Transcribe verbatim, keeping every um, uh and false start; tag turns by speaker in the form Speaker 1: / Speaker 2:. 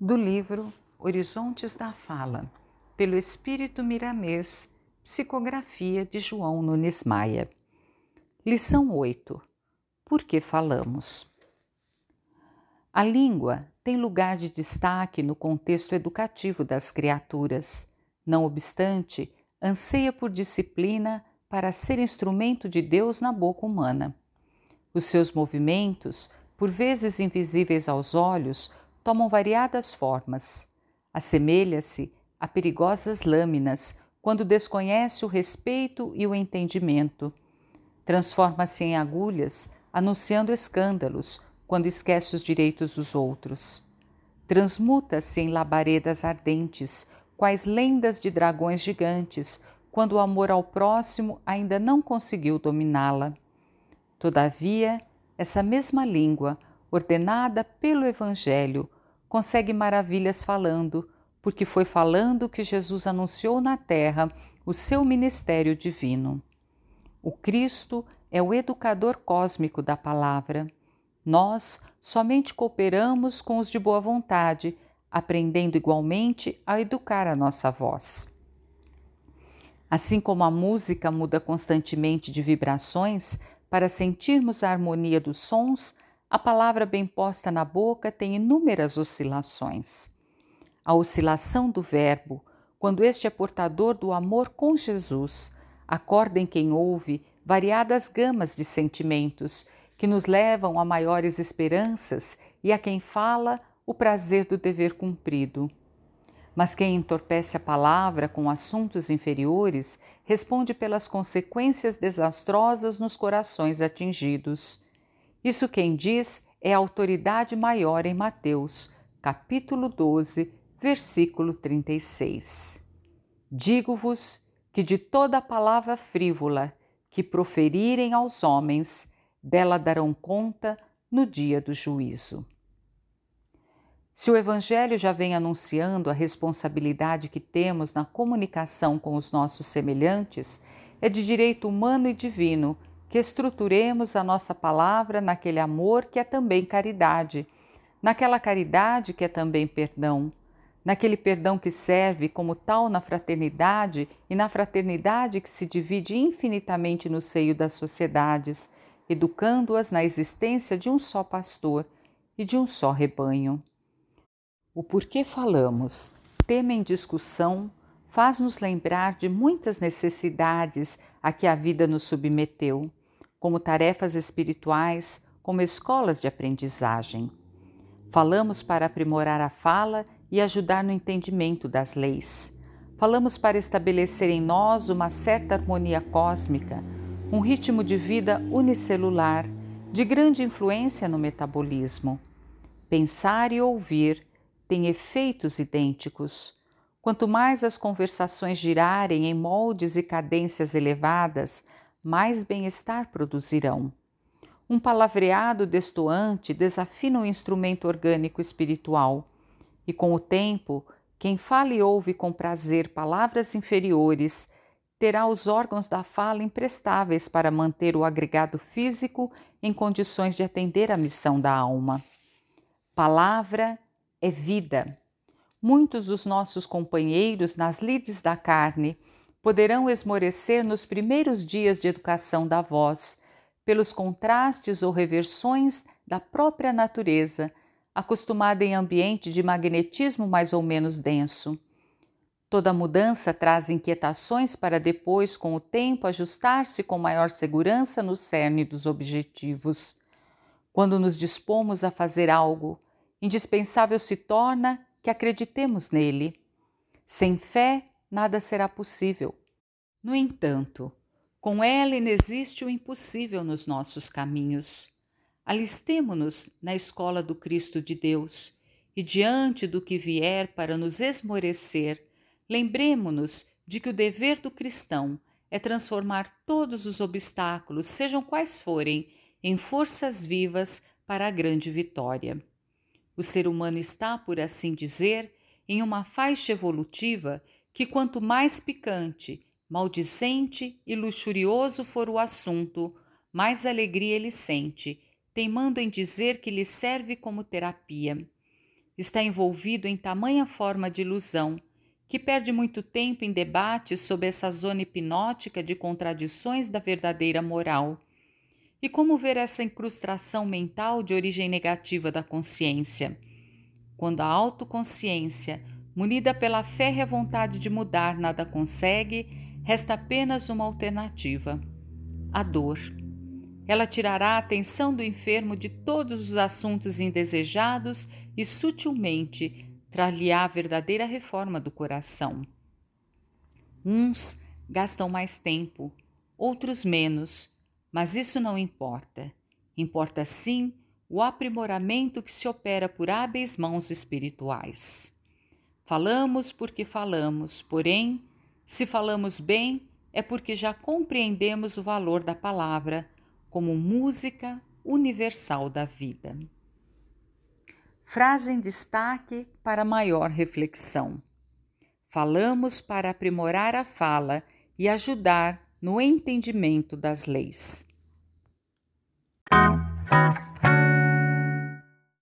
Speaker 1: do livro Horizontes da Fala, pelo Espírito Miramês, psicografia de João Nunes Maia. Lição oito. Por que falamos? A língua tem lugar de destaque no contexto educativo das criaturas. Não obstante, anseia por disciplina para ser instrumento de Deus na boca humana. Os seus movimentos, por vezes invisíveis aos olhos, tomam variadas formas. Assemelha-se a perigosas lâminas quando desconhece o respeito e o entendimento. Transforma-se em agulhas, anunciando escândalos, quando esquece os direitos dos outros. Transmuta-se em labaredas ardentes, quais lendas de dragões gigantes, quando o amor ao próximo ainda não conseguiu dominá-la. Todavia, essa mesma língua, ordenada pelo Evangelho, consegue maravilhas falando, porque foi falando que Jesus anunciou na terra o seu ministério divino. O Cristo é o educador cósmico da palavra. Nós somente cooperamos com os de boa vontade, aprendendo igualmente a educar a nossa voz. Assim como a música muda constantemente de vibrações para sentirmos a harmonia dos sons, a palavra bem posta na boca tem inúmeras oscilações. A oscilação do verbo, quando este é portador do amor com Jesus, acorda em quem ouve variadas gamas de sentimentos que nos levam a maiores esperanças e a quem fala o prazer do dever cumprido. Mas quem entorpece a palavra com assuntos inferiores responde pelas consequências desastrosas nos corações atingidos. Isso quem diz é a autoridade maior em Mateus, capítulo doze, versículo trinta e seis. Digo-vos que de toda palavra frívola que proferirem aos homens, dela darão conta no dia do juízo. Se o Evangelho já vem anunciando a responsabilidade que temos na comunicação com os nossos semelhantes, é de direito humano e divino que estruturemos a nossa palavra naquele amor que é também caridade, naquela caridade que é também perdão, naquele perdão que serve como tal na fraternidade e na fraternidade que se divide infinitamente no seio das sociedades, educando-as na existência de um só pastor e de um só rebanho. O porquê falamos, tema em discussão, faz-nos lembrar de muitas necessidades a que a vida nos submeteu, como tarefas espirituais, como escolas de aprendizagem. Falamos para aprimorar a fala e ajudar no entendimento das leis. Falamos para estabelecer em nós uma certa harmonia cósmica, um ritmo de vida unicelular, de grande influência no metabolismo. Pensar e ouvir têm efeitos idênticos. Quanto mais as conversações girarem em moldes e cadências elevadas, mais bem-estar produzirão. Um palavreado destoante desafina o instrumento orgânico espiritual, e com o tempo, quem fala e ouve com prazer palavras inferiores terá os órgãos da fala imprestáveis para manter o agregado físico em condições de atender à missão da alma. Palavra é vida. Muitos dos nossos companheiros nas lides da carne poderão esmorecer nos primeiros dias de educação da voz, pelos contrastes ou reversões da própria natureza, acostumada em ambiente de magnetismo mais ou menos denso. Toda mudança traz inquietações para depois, com o tempo, ajustar-se com maior segurança no cerne dos objetivos. Quando nos dispomos a fazer algo, indispensável se torna que acreditemos nele. Sem fé, nada será possível. No entanto, com ela inexiste o impossível nos nossos caminhos. Alistemo-nos na escola do Cristo de Deus e, diante do que vier para nos esmorecer, lembremo-nos de que o dever do cristão é transformar todos os obstáculos, sejam quais forem, em forças vivas para a grande vitória. O ser humano está, por assim dizer, em uma faixa evolutiva que, quanto mais picante, maldizente e luxurioso for o assunto, mais alegria ele sente, teimando em dizer que lhe serve como terapia. está envolvido em tamanha forma de ilusão que perde muito tempo em debates sobre essa zona hipnótica de contradições da verdadeira moral. E como ver essa incrustação mental de origem negativa da consciência? Quando a autoconsciência, munida pela férrea vontade de mudar, nada consegue, resta apenas uma alternativa: a dor. Ela tirará a atenção do enfermo de todos os assuntos indesejados e sutilmente trar-lhe-á a verdadeira reforma do coração. Uns gastam mais tempo, outros menos, mas isso não importa. Importa sim o aprimoramento que se opera por hábeis mãos espirituais. Falamos porque falamos, porém, se falamos bem, é porque já compreendemos o valor da palavra como música universal da vida. Frase em destaque para maior reflexão. Falamos para aprimorar a fala e ajudar no entendimento das leis.